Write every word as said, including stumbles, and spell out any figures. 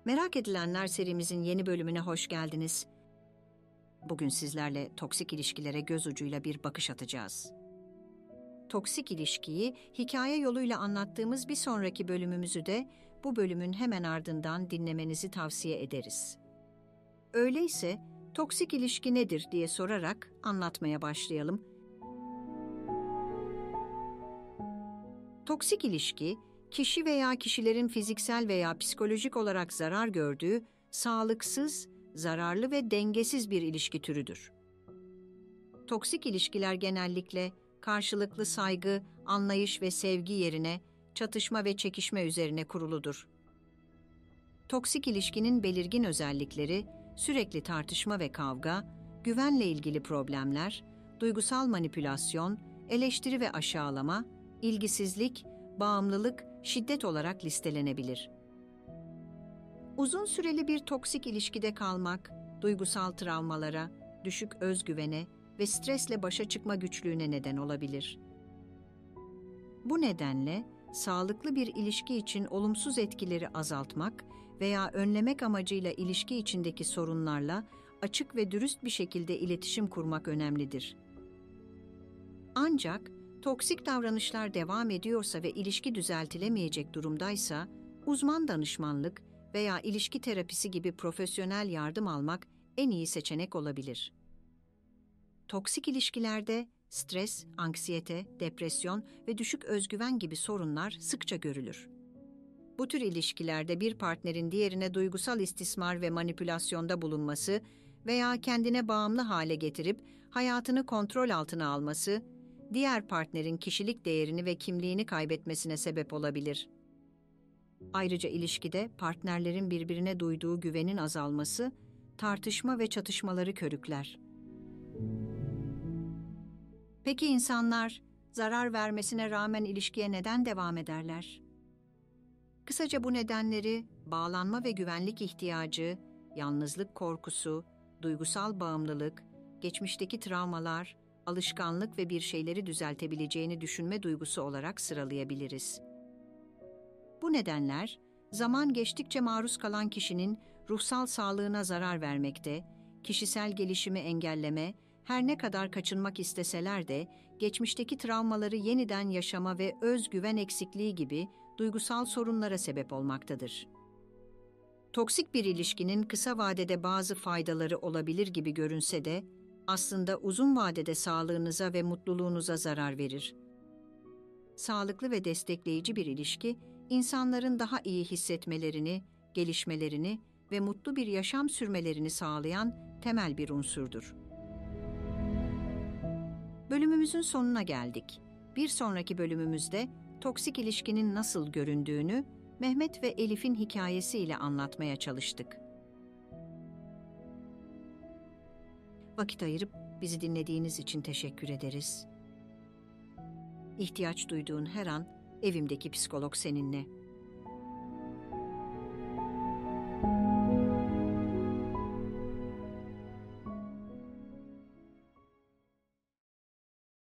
Merak edilenler serimizin yeni bölümüne hoş geldiniz. Bugün sizlerle toksik ilişkilere göz ucuyla bir bakış atacağız. Toksik ilişkiyi hikaye yoluyla anlattığımız bir sonraki bölümümüzü de bu bölümün hemen ardından dinlemenizi tavsiye ederiz. Öyleyse toksik ilişki nedir diye sorarak anlatmaya başlayalım. Toksik ilişki, kişi veya kişilerin fiziksel veya psikolojik olarak zarar gördüğü, sağlıksız, zararlı ve dengesiz bir ilişki türüdür. Toksik ilişkiler genellikle karşılıklı saygı, anlayış ve sevgi yerine çatışma ve çekişme üzerine kuruludur. Toksik ilişkinin belirgin özellikleri, sürekli tartışma ve kavga, güvenle ilgili problemler, duygusal manipülasyon, eleştiri ve aşağılama, ilgisizlik, bağımlılık, şiddet olarak listelenebilir. Uzun süreli bir toksik ilişkide kalmak, duygusal travmalara, düşük özgüvene ve stresle başa çıkma güçlüğüne neden olabilir. Bu nedenle, sağlıklı bir ilişki için olumsuz etkileri azaltmak veya önlemek amacıyla ilişki içindeki sorunlarla açık ve dürüst bir şekilde iletişim kurmak önemlidir. Ancak, toksik davranışlar devam ediyorsa ve ilişki düzeltilemeyecek durumdaysa, uzman danışmanlık veya ilişki terapisi gibi profesyonel yardım almak en iyi seçenek olabilir. Toksik ilişkilerde stres, anksiyete, depresyon ve düşük özgüven gibi sorunlar sıkça görülür. Bu tür ilişkilerde bir partnerin diğerine duygusal istismar ve manipülasyonda bulunması veya kendine bağımlı hale getirip hayatını kontrol altına alması, diğer partnerin kişilik değerini ve kimliğini kaybetmesine sebep olabilir. Ayrıca ilişkide partnerlerin birbirine duyduğu güvenin azalması, tartışma ve çatışmaları körükler. Peki insanlar, zarar vermesine rağmen ilişkiye neden devam ederler? Kısaca bu nedenleri, bağlanma ve güvenlik ihtiyacı, yalnızlık korkusu, duygusal bağımlılık, geçmişteki travmalar, alışkanlık ve bir şeyleri düzeltebileceğini düşünme duygusu olarak sıralayabiliriz. Bu nedenler, zaman geçtikçe maruz kalan kişinin ruhsal sağlığına zarar vermekte, kişisel gelişimi engelleme, her ne kadar kaçınmak isteseler de, geçmişteki travmaları yeniden yaşama ve özgüven eksikliği gibi duygusal sorunlara sebep olmaktadır. Toksik bir ilişkinin kısa vadede bazı faydaları olabilir gibi görünse de, aslında uzun vadede sağlığınıza ve mutluluğunuza zarar verir. Sağlıklı ve destekleyici bir ilişki, insanların daha iyi hissetmelerini, gelişmelerini ve mutlu bir yaşam sürmelerini sağlayan temel bir unsurdur. Bölümümüzün sonuna geldik. Bir sonraki bölümümüzde toksik ilişkinin nasıl göründüğünü Mehmet ve Elif'in hikayesiyle anlatmaya çalıştık. Vakit ayırıp bizi dinlediğiniz için teşekkür ederiz. İhtiyaç duyduğun her an evimdeki psikolog seninle.